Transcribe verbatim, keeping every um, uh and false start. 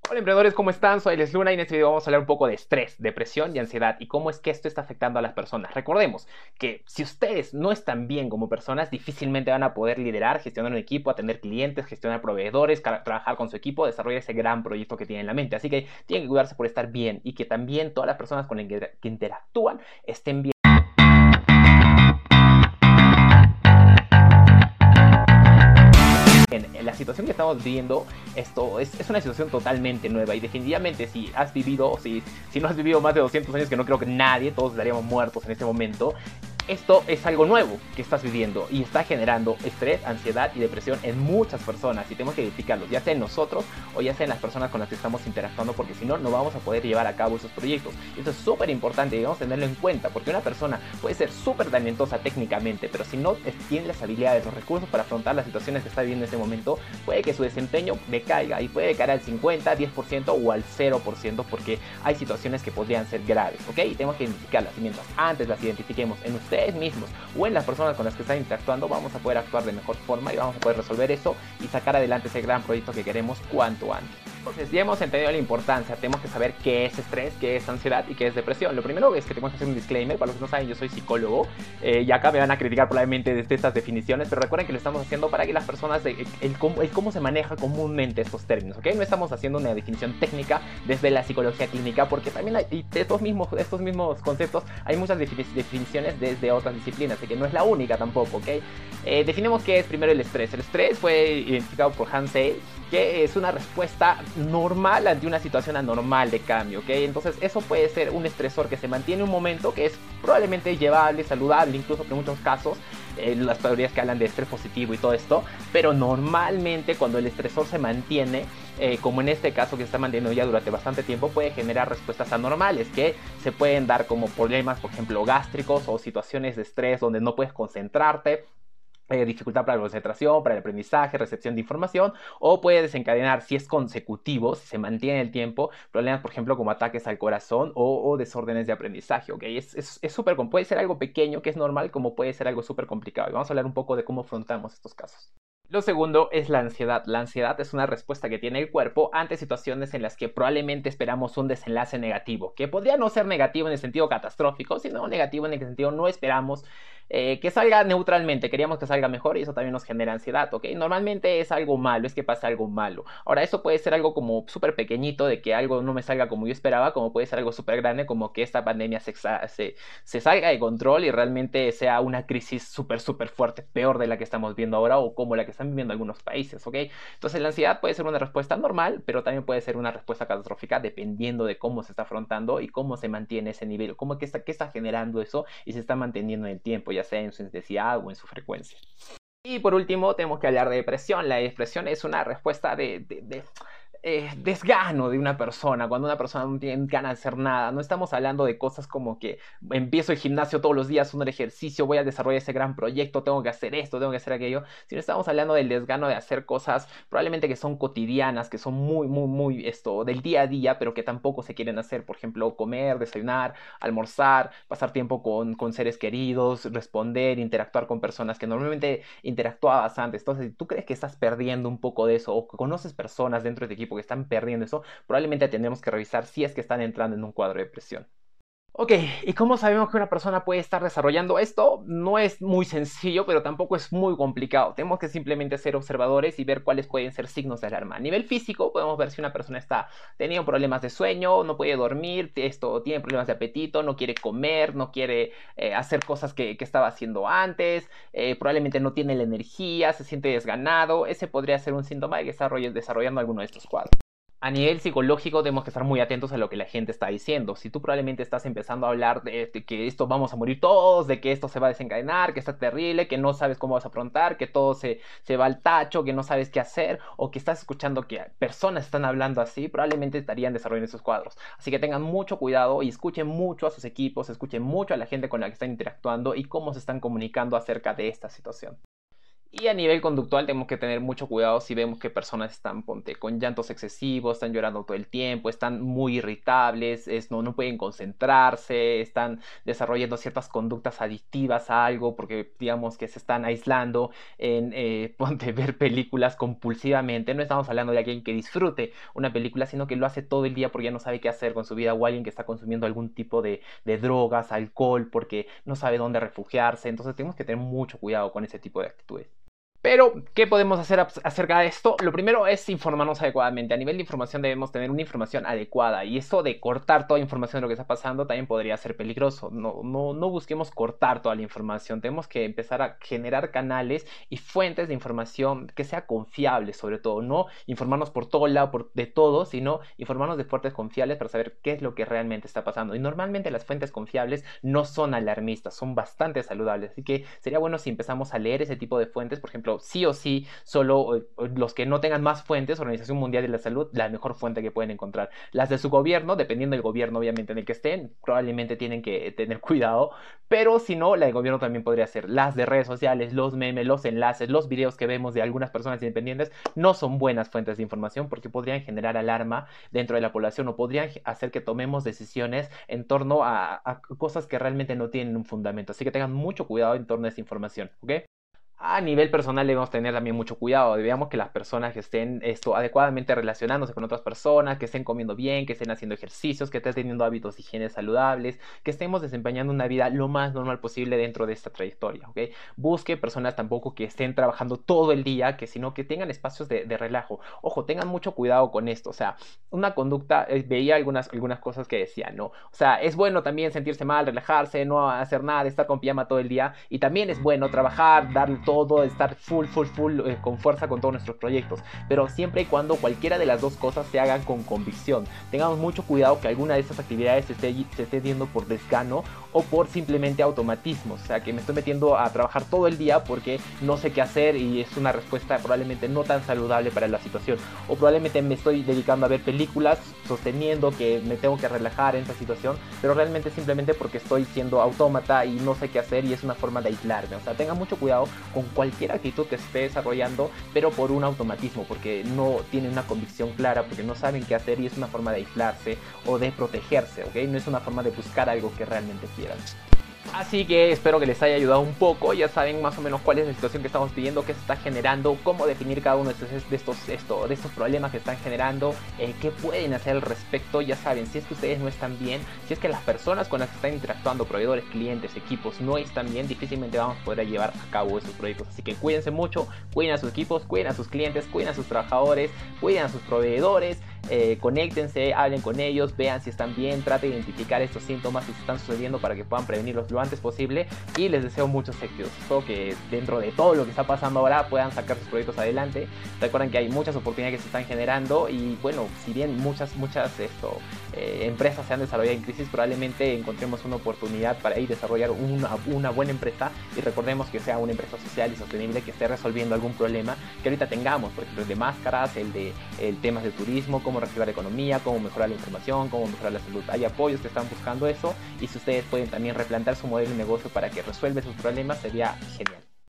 Hola emprendedores, ¿cómo están? Soy Les Luna y en este video vamos a hablar un poco de estrés, depresión y ansiedad y cómo es que esto está afectando a las personas. Recordemos que si ustedes no están bien como personas, difícilmente van a poder liderar, gestionar un equipo, atender clientes, gestionar proveedores, trabajar con su equipo, desarrollar ese gran proyecto que tienen en la mente. Así que tienen que cuidarse por estar bien y que también todas las personas con las que interactúan estén bien. En la situación que estamos viviendo, esto es, es una situación totalmente nueva y definitivamente si has vivido, si, si no has vivido más de doscientos años, que no creo que nadie, todos estaríamos muertos en este momento, esto es algo nuevo que estás viviendo y está generando estrés, ansiedad y depresión en muchas personas y tenemos que identificarlos, ya sea en nosotros o ya sea en las personas con las que estamos interactuando, porque si no, no vamos a poder llevar a cabo esos proyectos. Y eso es súper importante y debemos tenerlo en cuenta, porque una persona puede ser súper talentosa técnicamente, pero si no tiene las habilidades, los recursos para afrontar las situaciones que está viviendo en ese momento, puede que su desempeño decaiga y puede decaer al cincuenta, diez por ciento o al cero por ciento, porque hay situaciones que podrían ser graves, ¿ok? Y tenemos que identificarlas y mientras antes las identifiquemos en ustedes mismos o en las personas con las que están interactuando, vamos a poder actuar de mejor forma y vamos a poder resolver eso y sacar adelante ese gran proyecto que queremos cuanto antes. Entonces ya hemos entendido la importancia, tenemos que saber qué es estrés, qué es ansiedad y qué es depresión. Lo primero es que tenemos que hacer un disclaimer, para los que no saben, yo soy psicólogo eh, y acá me van a criticar probablemente desde estas definiciones, pero recuerden que lo estamos haciendo para que las personas, el, el, el, el cómo se maneja comúnmente estos términos, ¿ok? No estamos haciendo una definición técnica desde la psicología clínica, porque también hay, de estos mismos, estos mismos conceptos hay muchas definiciones desde otras disciplinas, así que no es la única tampoco, ¿ok? Eh, definimos qué es primero el estrés. El estrés fue identificado por Hans Selye, que es una respuesta normal ante una situación anormal de cambio, ¿ok? Entonces eso puede ser un estresor que se mantiene un momento, que es probablemente llevable, saludable, incluso en muchos casos, eh, las teorías que hablan de estrés positivo y todo esto, pero normalmente cuando el estresor se mantiene, eh, como en este caso que se está manteniendo ya durante bastante tiempo, puede generar respuestas anormales que se pueden dar como problemas, por ejemplo, gástricos o situaciones de estrés donde no puedes concentrarte, Eh, dificultad para la concentración, para el aprendizaje, recepción de información, o puede desencadenar, si es consecutivo, si se mantiene en el tiempo, problemas, por ejemplo, como ataques al corazón o, o desórdenes de aprendizaje, ¿ok? Es súper, es, es puede ser algo pequeño que es normal, como puede ser algo súper complicado. Y vamos a hablar un poco de cómo afrontamos estos casos. Lo segundo es la ansiedad. La ansiedad es una respuesta que tiene el cuerpo ante situaciones en las que probablemente esperamos un desenlace negativo, que podría no ser negativo en el sentido catastrófico, sino negativo en el sentido no esperamos eh, que salga neutralmente, queríamos que salga mejor y eso también nos genera ansiedad, ¿ok? Normalmente es algo malo, es que pasa algo malo. Ahora, eso puede ser algo como súper pequeñito, de que algo no me salga como yo esperaba, como puede ser algo súper grande, como que esta pandemia se, se, se salga de control y realmente sea una crisis súper, súper fuerte, peor de la que estamos viendo ahora o como la que están viviendo algunos países, ¿ok? Entonces la ansiedad puede ser una respuesta normal, pero también puede ser una respuesta catastrófica dependiendo de cómo se está afrontando y cómo se mantiene ese nivel, cómo que está, qué está generando eso y se está manteniendo en el tiempo, ya sea en su intensidad o en su frecuencia. Y por último tenemos que hablar de depresión. La depresión es una respuesta de, de, de eh, desgano de una persona, cuando una persona no tiene ganas de hacer nada. No estamos hablando de cosas como que empiezo el gimnasio todos los días, un ejercicio, voy a desarrollar ese gran proyecto, tengo que hacer esto, tengo que hacer aquello, sino estamos hablando del desgano de hacer cosas probablemente que son cotidianas, que son muy, muy, muy esto, del día a día, pero que tampoco se quieren hacer. Por ejemplo, comer, desayunar, almorzar, pasar tiempo con, con seres queridos, responder, interactuar con personas que normalmente interactuabas antes. Entonces, si tú crees que estás perdiendo un poco de eso o que conoces personas dentro de tu equipo que están perdiendo eso, probablemente tendremos que revisar si es que están entrando en un cuadro de depresión. Ok, ¿y cómo sabemos que una persona puede estar desarrollando esto? No es muy sencillo, pero tampoco es muy complicado. Tenemos que simplemente ser observadores y ver cuáles pueden ser signos de alarma. A nivel físico, podemos ver si una persona está teniendo problemas de sueño, no puede dormir, esto, tiene problemas de apetito, no quiere comer, no quiere eh, hacer cosas que, que estaba haciendo antes, eh, probablemente no tiene la energía, se siente desganado. Ese podría ser un síntoma de que está desarrollando alguno de estos cuadros. A nivel psicológico tenemos que estar muy atentos a lo que la gente está diciendo. Si tú probablemente estás empezando a hablar de, de que esto vamos a morir todos, de que esto se va a desencadenar, que está terrible, que no sabes cómo vas a afrontar, que todo se, se va al tacho, que no sabes qué hacer, o que estás escuchando que personas están hablando así, probablemente estarían desarrollando esos cuadros. Así que tengan mucho cuidado y escuchen mucho a sus equipos, escuchen mucho a la gente con la que están interactuando y cómo se están comunicando acerca de esta situación. Y a nivel conductual tenemos que tener mucho cuidado si vemos que personas están, ponte, con llantos excesivos, están llorando todo el tiempo, están muy irritables, es, no, no pueden concentrarse, están desarrollando ciertas conductas adictivas a algo porque digamos que se están aislando en, eh, ponte, ver películas compulsivamente. No estamos hablando de alguien que disfrute una película, sino que lo hace todo el día porque ya no sabe qué hacer con su vida, o alguien que está consumiendo algún tipo de, de drogas, alcohol, porque no sabe dónde refugiarse. Entonces tenemos que tener mucho cuidado con ese tipo de actitudes. Pero, ¿qué podemos hacer acerca de esto? Lo primero es informarnos adecuadamente. A nivel de información debemos tener una información adecuada. Y eso de cortar toda información de lo que está pasando también podría ser peligroso. No, no, no busquemos cortar toda la información. Tenemos que empezar a generar canales y fuentes de información que sea confiable, sobre todo. No informarnos por todo lado, por, de todo, sino informarnos de fuentes confiables para saber qué es lo que realmente está pasando. Y normalmente las fuentes confiables no son alarmistas, son bastante saludables. Así que sería bueno si empezamos a leer ese tipo de fuentes. Por ejemplo, sí o sí, solo eh, los que no tengan más fuentes, Organización Mundial de la Salud, la mejor fuente que pueden encontrar. Las de su gobierno, dependiendo del gobierno obviamente en el que estén, probablemente tienen que tener cuidado, pero si no, la del gobierno también podría ser. Las de redes sociales, los memes, los enlaces, los videos que vemos de algunas personas independientes no son buenas fuentes de información porque podrían generar alarma dentro de la población o podrían hacer que tomemos decisiones en torno a, a cosas que realmente no tienen un fundamento. Así que tengan mucho cuidado en torno a esa información, ¿ok? A nivel personal debemos tener también mucho cuidado. Debemos que las personas que estén esto adecuadamente relacionándose con otras personas, que estén comiendo bien, que estén haciendo ejercicios, que estén teniendo hábitos de higiene saludables, que estemos desempeñando una vida lo más normal posible dentro de esta trayectoria, ¿ok? Busque personas tampoco que estén trabajando todo el día, que sino que tengan espacios de, de relajo. Ojo, tengan mucho cuidado con esto. O sea, una conducta, eh, veía algunas, algunas cosas que decían, ¿no? O sea, es bueno también sentirse mal, relajarse, no hacer nada, estar con pijama todo el día. Y también es bueno trabajar, darle todo todo, estar full, full, full, eh, con fuerza con todos nuestros proyectos, pero siempre y cuando cualquiera de las dos cosas se hagan con convicción. Tengamos mucho cuidado que alguna de estas actividades se esté, se esté yendo por desgano o por simplemente automatismos, o sea, que me estoy metiendo a trabajar todo el día porque no sé qué hacer y es una respuesta probablemente no tan saludable para la situación, o probablemente me estoy dedicando a ver películas sosteniendo que me tengo que relajar en esta situación, pero realmente simplemente porque estoy siendo autómata y no sé qué hacer y es una forma de aislarme. O sea, tengan mucho cuidado con cualquier actitud que esté desarrollando, pero por un automatismo, porque no tienen una convicción clara, porque no saben qué hacer y es una forma de aislarse o de protegerse, ¿ok? No es una forma de buscar algo que realmente quieran. Así que espero que les haya ayudado un poco. Ya saben más o menos cuál es la situación que estamos viviendo, qué se está generando, cómo definir cada uno de estos, de estos, esto, de estos problemas que están generando, eh, qué pueden hacer al respecto. Ya saben, si es que ustedes no están bien, si es que las personas con las que están interactuando, proveedores, clientes, equipos, no están bien, difícilmente vamos a poder llevar a cabo esos proyectos. Así que cuídense mucho, cuiden a sus equipos, cuiden a sus clientes, cuiden a sus trabajadores, cuiden a sus proveedores. Eh, conéctense, hablen con ellos, vean si están bien, traten de identificar estos síntomas si están sucediendo para que puedan prevenirlos lo antes posible, y les deseo muchos éxitos. Espero que dentro de todo lo que está pasando ahora puedan sacar sus proyectos adelante. Recuerden que hay muchas oportunidades que se están generando y bueno, si bien muchas muchas esto, eh, empresas se han desarrollado en crisis, probablemente encontremos una oportunidad para ir a desarrollar una, una buena empresa, y recordemos que sea una empresa social y sostenible que esté resolviendo algún problema que ahorita tengamos, por ejemplo el de máscaras, el de el temas de turismo, cómo reactivar la economía, cómo mejorar la información, cómo mejorar la salud. Hay apoyos que están buscando eso, y si ustedes pueden también replantear su modelo de negocio para que resuelva esos problemas, sería genial.